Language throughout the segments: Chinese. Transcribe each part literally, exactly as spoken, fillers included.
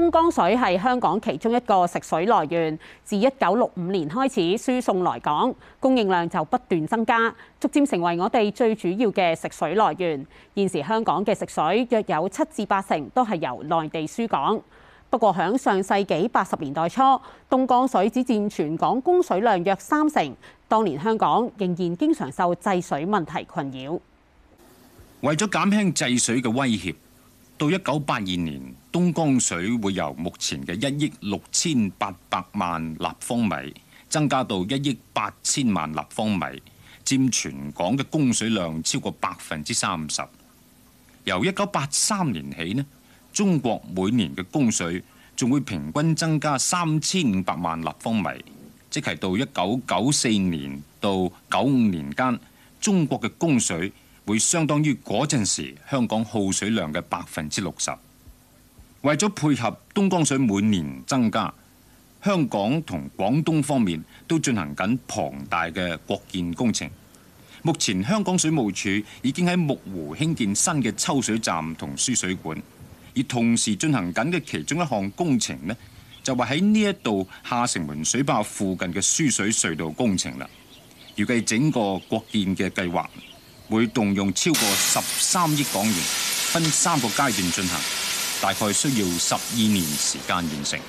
東江水係香港其中一個食水來源，自一九六五年開始輸送來港，供應量就不斷增加，逐漸成為我哋最主要嘅食水來源。現時香港嘅食水約有七至八成都係由內地輸港。不過響上世紀八十年代初，東江水只佔全港供水量約三成，當年香港仍然經常受制水問題困擾。 為咗減輕制水嘅威脅，到一九八二年，東江水會由目前嘅一億六千八百萬立方米增加到一億八千萬立方米，佔全港嘅供水量超過百分之三十。由一九八三年起呢，中國每年嘅供水仲會平均增加三千五百萬立方米，即係到一九九四年到九五年間，中國嘅供水會相當於嗰陣時香港耗水量嘅百分之六十。為咗配合東江水每年增加，香港同廣東方面都進行緊龐大嘅擴建工程。目前香港水務署已經喺木湖興建新嘅抽水站同輸水管，而同時進行緊嘅其中一項工程呢，就話喺呢一度下城門水壩附近嘅輸水隧道工程啦。預計整個擴建嘅計劃會動用超過十三億港元，分三個階段進行，大概需要十二年時間完成。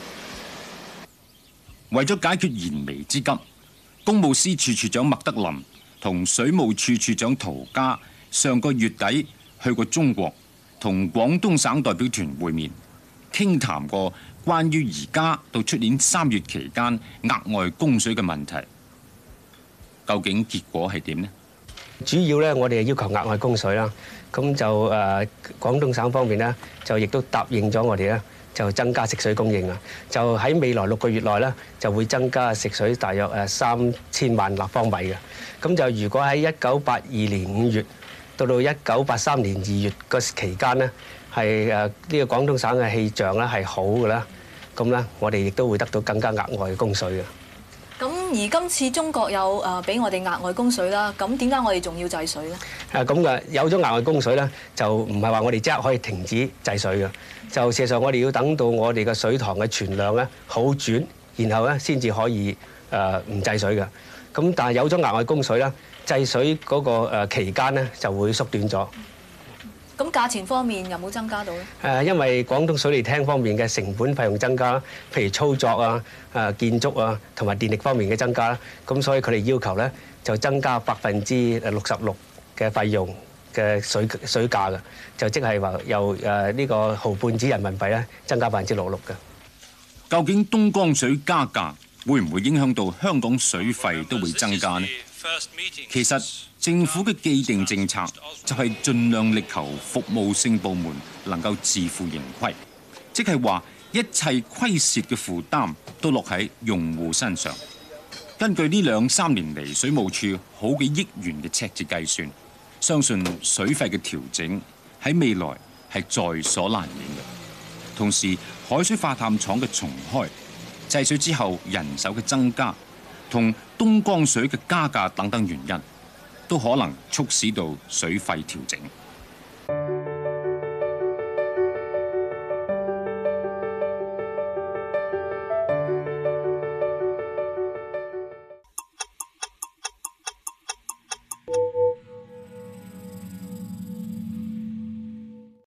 為咗解決燃眉之急，公務司處處長麥德林同水務處處長涂家上個月底去過中國，同廣東省代表團會面，傾談過關於而家到出年三月期間額外供水嘅問題。究竟結果係點呢？ 主要咧，我哋要求額外供水啦，咁就誒廣東省方面咧，就亦都答應咗我哋咧，就增加食水供應啊！就喺未來六個月內咧，就會增加食水大約誒三千萬立方米嘅。咁就如果喺一九八二年五月到到一九八三年二月個期間咧，係誒呢個廣東省嘅氣象咧係好嘅啦，咁咧我哋亦都會得到更加額外嘅供水嘅。 咁而今次中國有誒俾我哋額外供水啦，咁點解我哋仲要制水咧？ 誒咁嘅有咗額外供水咧，就唔係話我哋即刻可以停止制水嘅。就事實上，我哋要等到我哋嘅水塘嘅存量咧好轉，然後咧先至可以誒唔制水嘅。咁但係有咗額外供水咧，制水嗰個誒期間咧就會縮短咗。 咁價錢方面有冇增加到咧？ 誒，因為廣東水利廳方面嘅成本費用增加，譬如操作啊、誒建築啊同埋電力方面嘅增加啦，咁所以佢哋要求咧就增加百分之誒六十六嘅費用嘅水水價嘅，就即係話由誒呢個毫半子人民幣咧增加百分之六六嘅。 究竟東江水加價會唔會影響到香港水費都會增加呢？其實政府嘅既定政策就係盡量力求服務性部門能夠自負盈虧，即係話一切虧蝕嘅負擔都落喺用戶身上。根據呢兩三年嚟水務署好幾億元嘅赤字計算，相信水費嘅調整喺未來係在所難免嘅。同時，海水化淡廠嘅重開、制水之後人手嘅增加，同東江水嘅加價等等原因，都可能促使到水費調整。